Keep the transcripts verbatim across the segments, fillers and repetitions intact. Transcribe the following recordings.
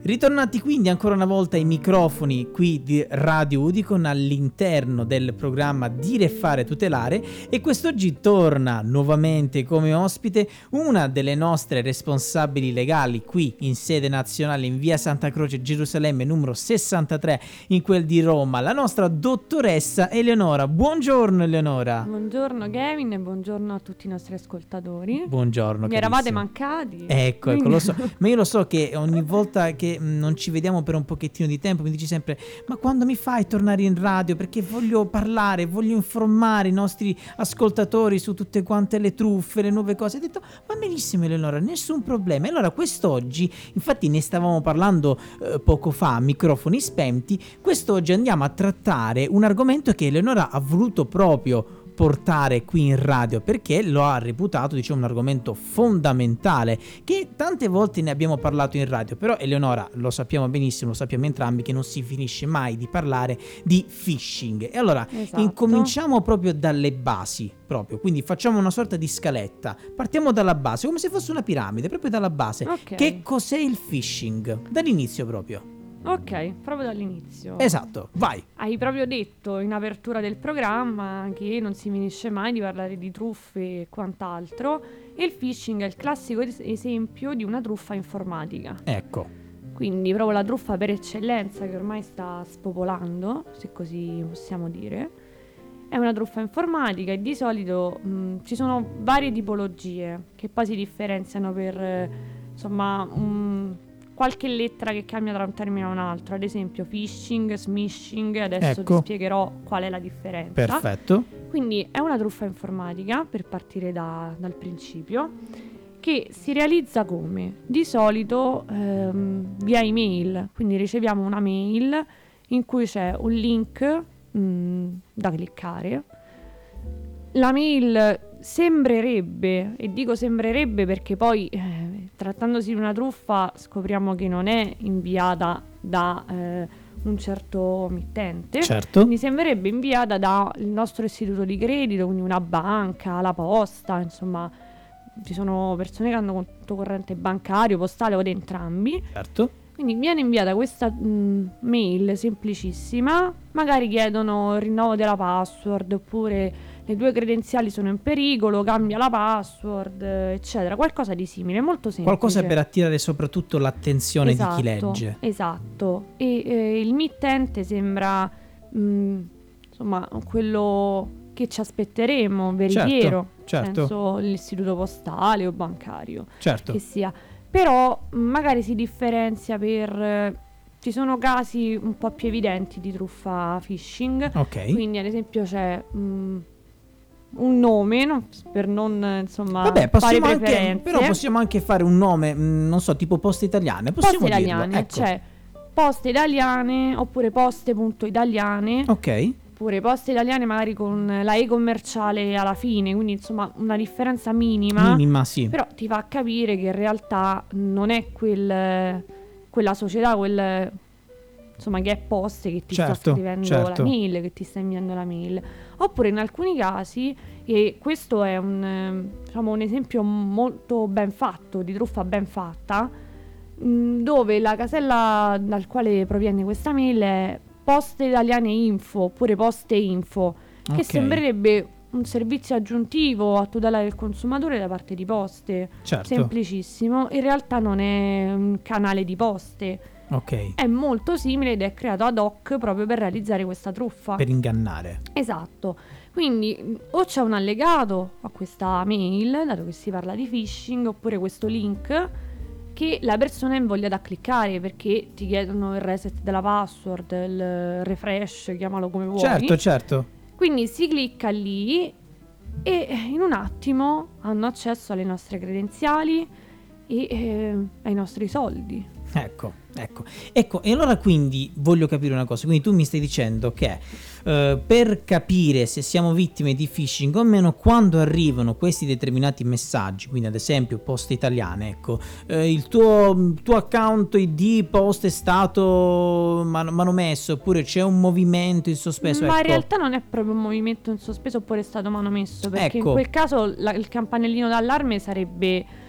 Ritornati quindi ancora una volta ai microfoni qui di Radio Udicon all'interno del programma Dire, Fare, Tutelare, e quest'oggi torna nuovamente come ospite una delle nostre responsabili legali qui in sede nazionale in via Santa Croce Gerusalemme numero sessantatré in quel di Roma, la nostra dottoressa Eleonora. Buongiorno Eleonora. Buongiorno Kevin e buongiorno a tutti i nostri ascoltatori. Buongiorno. Mi eravate mancati. Ecco, ecco, lo so, ma io lo so che ogni volta che non ci vediamo per un pochettino di tempo mi dici sempre: ma quando mi fai tornare in radio, perché voglio parlare, voglio informare i nostri ascoltatori su tutte quante le truffe, le nuove cose. Ho detto: va benissimo Eleonora, nessun problema. E allora quest'oggi, infatti ne stavamo parlando eh, poco fa a microfoni spenti, quest'oggi andiamo a trattare un argomento che Eleonora ha voluto proprio portare qui in radio perché lo ha reputato, diciamo, un argomento fondamentale, che tante volte ne abbiamo parlato in radio, però Eleonora, lo sappiamo benissimo, lo sappiamo entrambi, che non si finisce mai di parlare di phishing. E allora esatto. Incominciamo proprio dalle basi, proprio, quindi facciamo una sorta di scaletta, partiamo dalla base, come se fosse una piramide, proprio dalla base. Okay. Che cos'è il phishing? Dall'inizio proprio. Ok, proprio dall'inizio. Esatto, vai. Hai proprio detto in apertura del programma che non si finisce mai di parlare di truffe e quant'altro, e il phishing è il classico es- esempio di una truffa informatica. Ecco. Quindi proprio la truffa per eccellenza che ormai sta spopolando, se così possiamo dire. È una truffa informatica e di solito mh, ci sono varie tipologie che poi si differenziano per eh, insomma un... qualche lettera che cambia tra un termine e un altro, ad esempio phishing, smishing, adesso ecco. ti spiegherò qual è la differenza. Perfetto. Quindi è una truffa informatica, per partire da, dal principio, che si realizza come? Di solito ehm, via email, quindi riceviamo una mail in cui c'è un link mh, da cliccare. La mail sembrerebbe, e dico sembrerebbe perché poi eh, trattandosi di una truffa scopriamo che non è inviata da eh, un certo mittente. Certo. Quindi sembrerebbe inviata dal nostro istituto di credito, quindi una banca, la posta, insomma ci sono persone che hanno conto corrente bancario, postale o di entrambi. Certo. Quindi viene inviata questa mh, mail semplicissima, magari chiedono il rinnovo della password oppure le tue credenziali sono in pericolo, cambia la password, eccetera, qualcosa di simile, molto semplice. Qualcosa per attirare soprattutto l'attenzione esatto, di chi legge. Esatto, e eh, il mittente sembra mh, insomma quello che ci aspetteremo, veritiero, certo, certo. nel senso l'istituto postale o bancario, certo. che sia. Però magari si differenzia per... Ci sono casi un po' più evidenti di truffa phishing. Ok. Quindi ad esempio c'è mh, un nome, no? Per non insomma Vabbè, fare possiamo preferenze. anche, però possiamo anche fare un nome, mh, non so, tipo Poste Italiane. Possiamo Poste dirlo, Italiane, ecco. c'è Poste Italiane oppure poste.italiane. Ok. Oppure Poste Italiane magari con la E commerciale alla fine, quindi insomma una differenza minima. Minima, sì. Però ti fa capire che in realtà non è quel, quella società, quel, insomma, che è Poste che ti certo, sta scrivendo certo. la mail, che ti sta inviando la mail. Oppure in alcuni casi, e questo è un, diciamo, un esempio molto ben fatto, di truffa ben fatta, mh, dove la casella dal quale proviene questa mail è Poste Italiane Info oppure Poste Info, che okay. sembrerebbe un servizio aggiuntivo a tutela del consumatore da parte di Poste, certo. semplicissimo. In realtà non è un canale di Poste, ok. È molto simile ed è creato ad hoc proprio per realizzare questa truffa, per ingannare. Esatto. Quindi o c'è un allegato a questa mail, dato che si parla di phishing, oppure questo link che la persona è invogliata a cliccare perché ti chiedono il reset della password, il refresh, chiamalo come vuoi. Certo, certo. Quindi si clicca lì e in un attimo hanno accesso alle nostre credenziali e eh, ai nostri soldi. Ecco, ecco, ecco, e allora quindi voglio capire una cosa, quindi tu mi stai dicendo che eh, per capire se siamo vittime di phishing o meno, quando arrivano questi determinati messaggi, quindi ad esempio Poste Italiane, ecco, eh, il tuo, tuo account I D Poste è stato man- manomesso, oppure c'è un movimento in sospeso. Ma ecco. in realtà non è proprio un movimento in sospeso oppure è stato manomesso, perché Ecco. in quel caso la- il campanellino d'allarme sarebbe,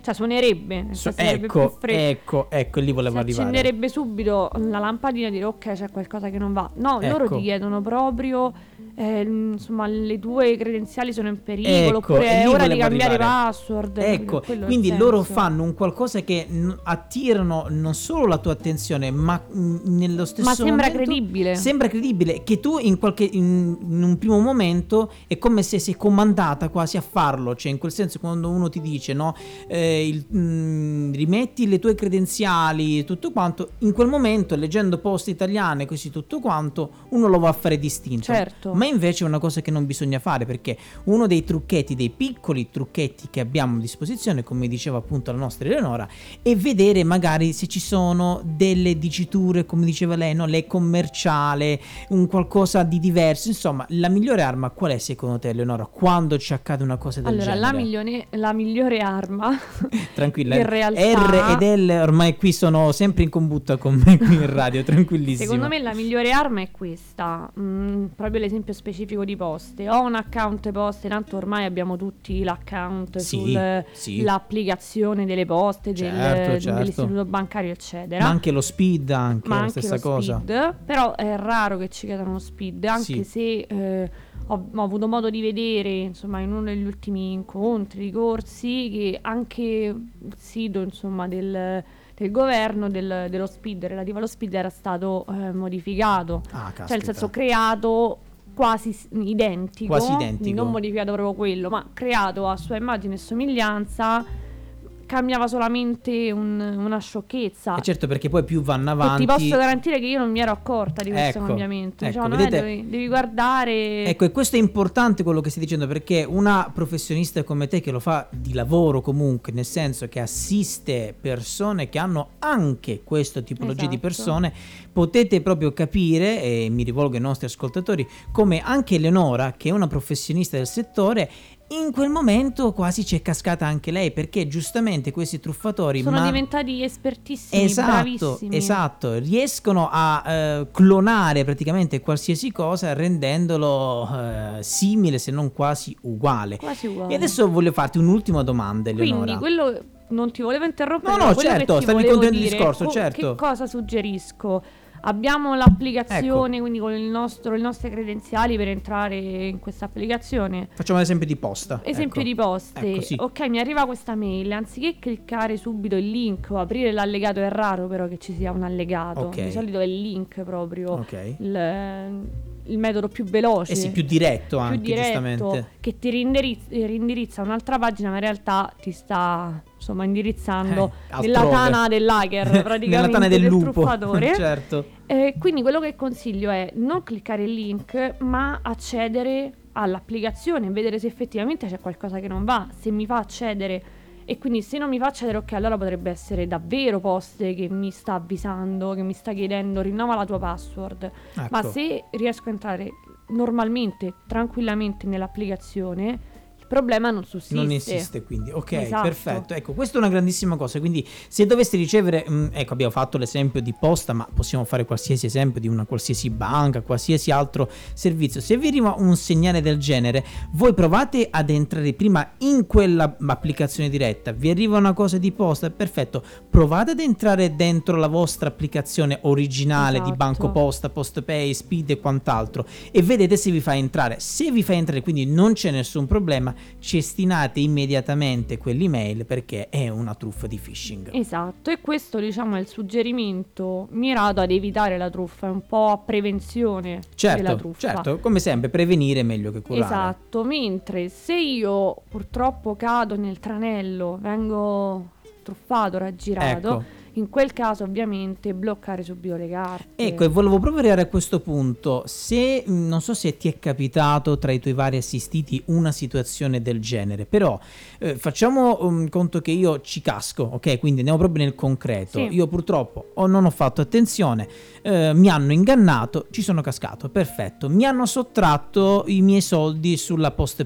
cioè suonerebbe, nel So- senso sarebbe ecco, più freddo. ecco, ecco, lì Si volevo arrivare. accenderebbe subito la lampadina e dire ok, c'è qualcosa che non va. No, loro Ecco. ti chiedono proprio eh, insomma le tue credenziali sono in pericolo, Ecco, oppure e è lì ora di volevo cambiare arrivare. password. Ecco, quello è il quindi loro senso. fanno un qualcosa che n- attirano non solo la tua attenzione, ma mh, nello stesso Ma sembra momento credibile. sembra credibile che tu in qualche in, in un primo momento è come se sei comandata quasi a farlo, cioè in quel senso quando uno ti dice no, eh, il- mh, rimetti le tue credenziali, tutto quanto, in quel momento leggendo post italiane così tutto quanto uno lo va a fare distinto. Certo. Ma invece è una cosa che non bisogna fare, perché uno dei trucchetti, dei piccoli trucchetti che abbiamo a disposizione, come diceva appunto la nostra Eleonora, è vedere magari se ci sono delle diciture, come diceva lei, no? Le commerciale, un qualcosa di diverso. Insomma, la migliore arma qual è secondo te, Eleonora, quando ci accade una cosa del Allora, genere? la, miglione- la migliore arma Tranquilla, in realtà R ed L ormai qui sono sempre in combutta con me qui in radio, tranquillissima. secondo me la migliore arma è questa, mm, proprio l'esempio specifico di Poste. Ho un account Poste, tanto ormai abbiamo tutti l'account Sì, sì. sull'applicazione delle poste, del- Certo, certo. dell'istituto bancario, eccetera. Ma anche lo speed, anche Ma la anche stessa lo cosa. speed, però è raro che ci chiedano lo speed, anche Sì. se eh, ho, ho avuto modo di vedere, insomma, in uno degli ultimi incontri, ricorsi, che anche il sito, insomma, del, del governo del- dello speed, relativo allo speed, era stato eh, modificato, Ah, cioè nel caspita. senso creato quasi s- identico, Quasi quindi identico. non modificato proprio quello, ma creato a sua immagine e somiglianza. Cambiava solamente un- una sciocchezza. E certo, perché poi più vanno E avanti. ti posso garantire che io non mi ero accorta di questo Ecco, cambiamento. ecco, Diciamo, no, vedete? eh, devi, devi guardare. Ecco, e questo è importante quello che stai dicendo, perché una professionista come te che lo fa di lavoro comunque, nel senso che assiste persone che hanno anche questa tipologia di Esatto. persone, potete proprio capire, e mi rivolgo ai nostri ascoltatori, come anche Eleonora, che è una professionista del settore, in quel momento quasi c'è cascata anche lei, perché giustamente questi truffatori Sono ma- diventati espertissimi, Esatto, bravissimi. esatto, riescono a eh, clonare praticamente qualsiasi cosa rendendolo eh, simile se non quasi uguale. Quasi uguali. E adesso voglio farti un'ultima domanda, Eleonora. Quindi quello non ti volevo interrompere. No, ma no, quello che certo, ti stavi volevo continuando il dire, discorso, co- certo. Che cosa suggerisco? Abbiamo l'applicazione, Ecco. quindi con il nostro, le nostre credenziali per entrare in questa applicazione. Facciamo l'esempio di posta. Esempio ecco. di poste. Ecco, sì. Ok, mi arriva questa mail. Anziché cliccare subito il link o aprire l'allegato, è raro però che ci sia un allegato. Ok. Di solito è il link proprio. Ok. Il, il metodo più veloce. Eh sì, più diretto più anche, diretto, giustamente. che ti rindirizza, rindirizza un'altra pagina, ma in realtà ti sta insomma indirizzando Eh, nella altrove. tana dell'hacker, praticamente Nella tana del, lupo. truffatore. Certo. Eh, quindi quello che consiglio è non cliccare il link, ma accedere all'applicazione e vedere se effettivamente c'è qualcosa che non va, se mi fa accedere. E quindi se non mi fa accedere, ok, allora potrebbe essere davvero Poste che mi sta avvisando, che mi sta chiedendo rinnova la tua password. Ecco. Ma se riesco a entrare normalmente, tranquillamente nell'applicazione, il problema non sussiste. Non esiste, quindi ok, Esatto. perfetto. Ecco, questa è una grandissima cosa. Quindi se doveste ricevere mh, ecco, abbiamo fatto l'esempio di posta, ma possiamo fare qualsiasi esempio di una qualsiasi banca, qualsiasi altro servizio. Se vi arriva un segnale del genere, voi provate ad entrare prima in quella applicazione diretta. Vi arriva una cosa di posta, perfetto, provate ad entrare dentro la vostra applicazione originale di Esatto. Banco Posta, PostPay, Speed e quant'altro, e vedete se vi fa entrare. Se vi fa entrare, quindi non c'è nessun problema, cestinate immediatamente quell'email, perché è una truffa di phishing. Esatto, e questo diciamo è il suggerimento mirato ad evitare la truffa, è un po' a prevenzione della Certo, truffa. certo, come sempre prevenire è meglio che curare. Esatto, mentre se io purtroppo cado nel tranello, vengo truffato, raggirato, Ecco. in quel caso ovviamente bloccare subito le carte. Ecco, e volevo proprio arrivare a questo punto. Se mh, non so se ti è capitato tra i tuoi vari assistiti una situazione del genere, però eh, facciamo um, conto che io ci casco, ok? Quindi andiamo proprio nel concreto. Sì. Io purtroppo o non ho fatto attenzione, eh, mi hanno ingannato, ci sono cascato, perfetto. Mi hanno sottratto i miei soldi sulla PostPay.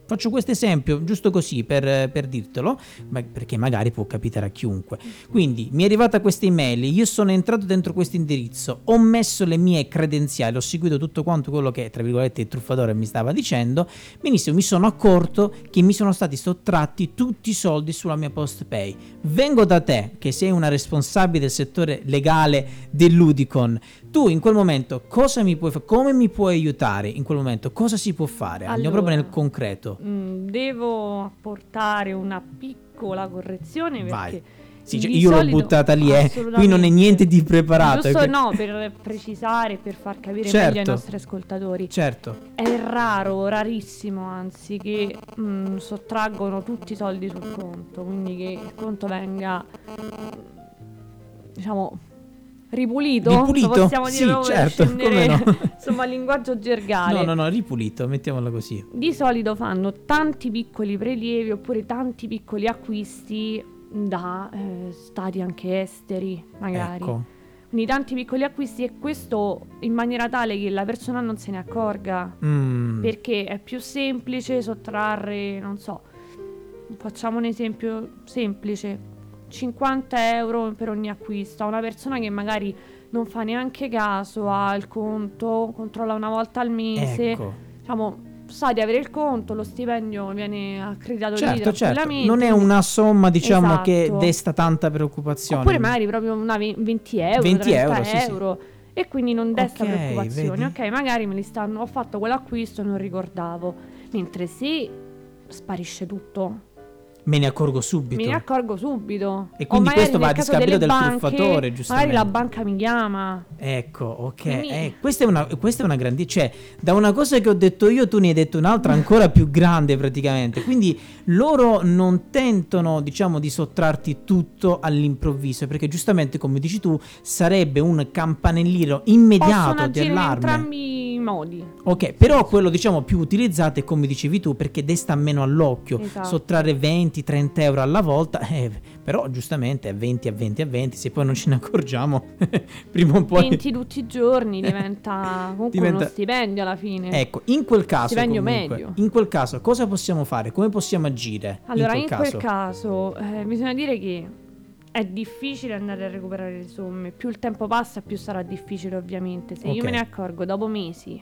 Faccio questo esempio giusto così per, per dirtelo, ma perché magari può capitare a chiunque. Quindi mi è arrivata questa email, io sono entrato dentro questo indirizzo, ho messo le mie credenziali, ho seguito tutto quanto quello che, tra virgolette, il truffatore mi stava dicendo. Benissimo, mi sono accorto che mi sono stati sottratti tutti i soldi sulla mia PostPay. Vengo da te, che sei una responsabile del settore legale dell'Udicon. Tu in quel momento cosa mi puoi fare? Come mi puoi aiutare in quel momento? Cosa si può fare? Andiamo Allora, proprio nel concreto. mh, devo apportare una piccola correzione perché Vai. Sì, cioè, di io solito- l'ho buttata lì, eh. Qui non è assolutamente. niente di preparato. Giusto, è que- no, per precisare, per far capire Certo. meglio ai nostri ascoltatori. Certo. È raro, rarissimo anzi, che mh, sottraggono tutti i soldi sul conto, quindi che il conto venga, diciamo, ripulito. Ripulito? Lo possiamo dire Sì, proprio per certo, scendere, come no. insomma, al linguaggio gergale. No, no, no, ripulito, mettiamola così. Di solito fanno tanti piccoli prelievi oppure tanti piccoli acquisti da eh, stati anche esteri, magari. Ecco. Quindi tanti piccoli acquisti, e questo in maniera tale che la persona non se ne accorga, Mm. perché è più semplice sottrarre, non so, facciamo un esempio semplice, cinquanta euro per ogni acquisto a una persona che magari non fa neanche caso al conto, controlla una volta al mese, Ecco. diciamo, sa di avere il conto, lo stipendio viene accreditato lì Certo, certo. tranquillamente. Non è una somma, diciamo, che Esatto. desta tanta preoccupazione. Oppure magari proprio una ve- venti euro, venti trenta euro, sì, sì. euro, e quindi non desta Ok, preoccupazioni. vedi? Ok, magari me li stanno, ho fatto quell'acquisto e non ricordavo. Mentre se sparisce tutto, Me ne accorgo subito. me ne accorgo subito. E O quindi magari questo va nel a caso discapito delle del banche, truffatore, giustamente. magari la banca mi chiama. Ecco, ok. Quindi- Eh, questa è una, questa è una grande. Cioè, da una cosa che ho detto io, tu ne hai detto un'altra ancora più grande, praticamente. Quindi loro non tentano, diciamo, di sottrarti tutto all'improvviso, perché giustamente, come dici tu, sarebbe un campanellino immediato Possono di agire in allarme. entrambi i modi. Ok, però quello, diciamo, più utilizzato è, come dicevi tu, perché desta meno all'occhio. Esatto. Sottrarre venti trenta euro alla volta, eh, però giustamente è venti a venti a venti, se poi non ce ne accorgiamo, prima o poi... venti tutti i giorni diventa comunque Diventa- uno stipendio alla fine. Ecco, in quel caso Stipendio comunque, medio. in quel caso cosa possiamo fare? Come possiamo agire? Allora, in in quel quel caso? caso eh, bisogna dire che è difficile andare a recuperare le somme. Più il tempo passa, più sarà difficile, ovviamente. Se io Ok. me ne accorgo dopo mesi,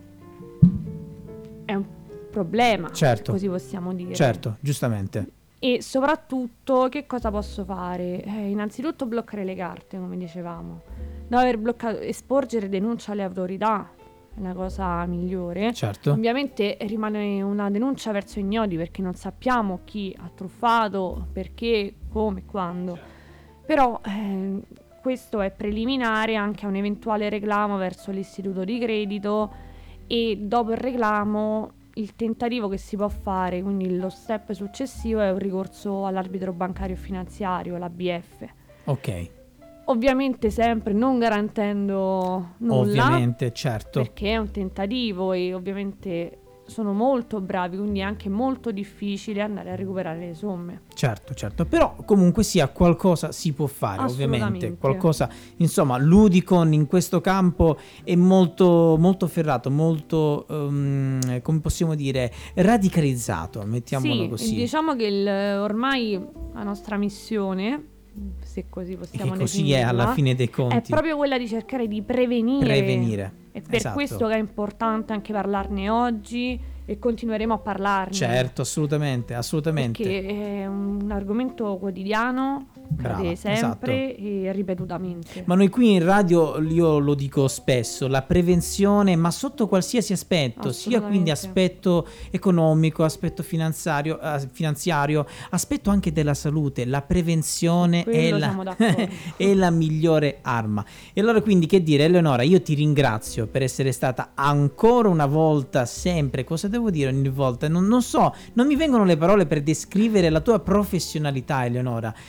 è un problema, Certo. così possiamo dire. Certo, giustamente. E soprattutto, che cosa posso fare? Eh, innanzitutto bloccare le carte, come dicevamo. Dopo aver bloccato, esporgere denuncia alle autorità è la cosa migliore. Certo. Ovviamente rimane una denuncia verso ignoti, perché non sappiamo chi ha truffato, perché, come, quando. Però eh, questo è preliminare anche a un eventuale reclamo verso l'istituto di credito, e dopo il reclamo il tentativo che si può fare, quindi lo step successivo, è un ricorso all'arbitro bancario e finanziario, l'A B F. Ok. Ovviamente sempre non garantendo nulla, Ovviamente, certo. perché è un tentativo e ovviamente sono molto bravi, quindi è anche molto difficile andare a recuperare le somme. Certo, certo, però comunque sia qualcosa si può fare, ovviamente, Assolutamente. qualcosa, insomma, l'Udicon in questo campo è molto molto ferrato, molto ehm, come possiamo dire, radicalizzato, mettiamolo Sì, così. diciamo che il- ormai la nostra missione, se così E possiamo che così è definirla, alla fine dei è conti. proprio quella di cercare di prevenire. Prevenire. E per Esatto. questo che è importante anche parlarne oggi, e continueremo a parlarne. Certo, assolutamente, assolutamente. Perché è un argomento quotidiano, Brava, cade sempre esatto. e ripetutamente. Ma noi qui in radio, io lo dico spesso, la prevenzione, ma sotto qualsiasi aspetto, sia quindi Assolutamente. aspetto economico, aspetto finanziario, eh, finanziario, aspetto anche della salute, la prevenzione è Quello la, siamo d'accordo. è la migliore arma. E allora quindi che dire, Eleonora, io ti ringrazio per essere stata ancora una volta, sempre, cosa devo dire ogni volta? Non, non so, non mi vengono le parole per descrivere la tua professionalità, Eleonora. Ogni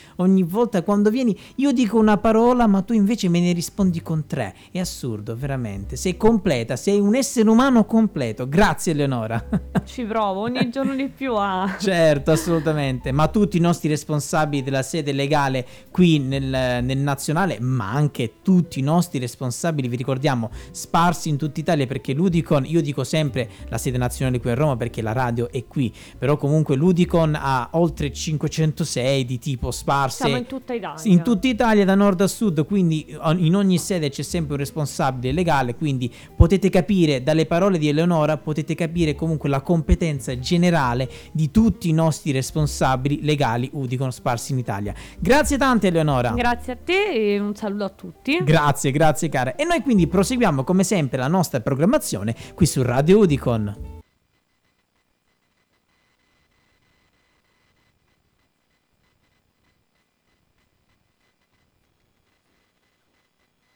volta quando vieni io dico una parola ma tu invece me ne rispondi con tre. È assurdo, veramente. Sei completa, sei un essere umano completo. Grazie Eleonora. Ci provo ogni giorno di più a... Certo, assolutamente. Ma tutti i nostri responsabili della sede legale qui nel, nel nazionale, ma anche tutti i nostri responsabili, vi ricordiamo, sparsi in tutta Italia, perché l'Udicon, io dico sempre la sede nazionale qui a Roma perché la radio è qui, però comunque l'Udicon ha oltre cinquecentosei di tipo sparse. Siamo in tutta Italia. In tutta Italia, da nord a sud, quindi in ogni sede c'è sempre un responsabile legale, quindi potete capire dalle parole di Eleonora, potete capire comunque la competenza generale di tutti i nostri responsabili legali Udicon sparsi in Italia. Grazie tante Eleonora. Grazie a te e un saluto a tutti. Grazie, grazie cara. E noi quindi proseguiamo come sempre la nostra programmazione qui su Radio Udicon.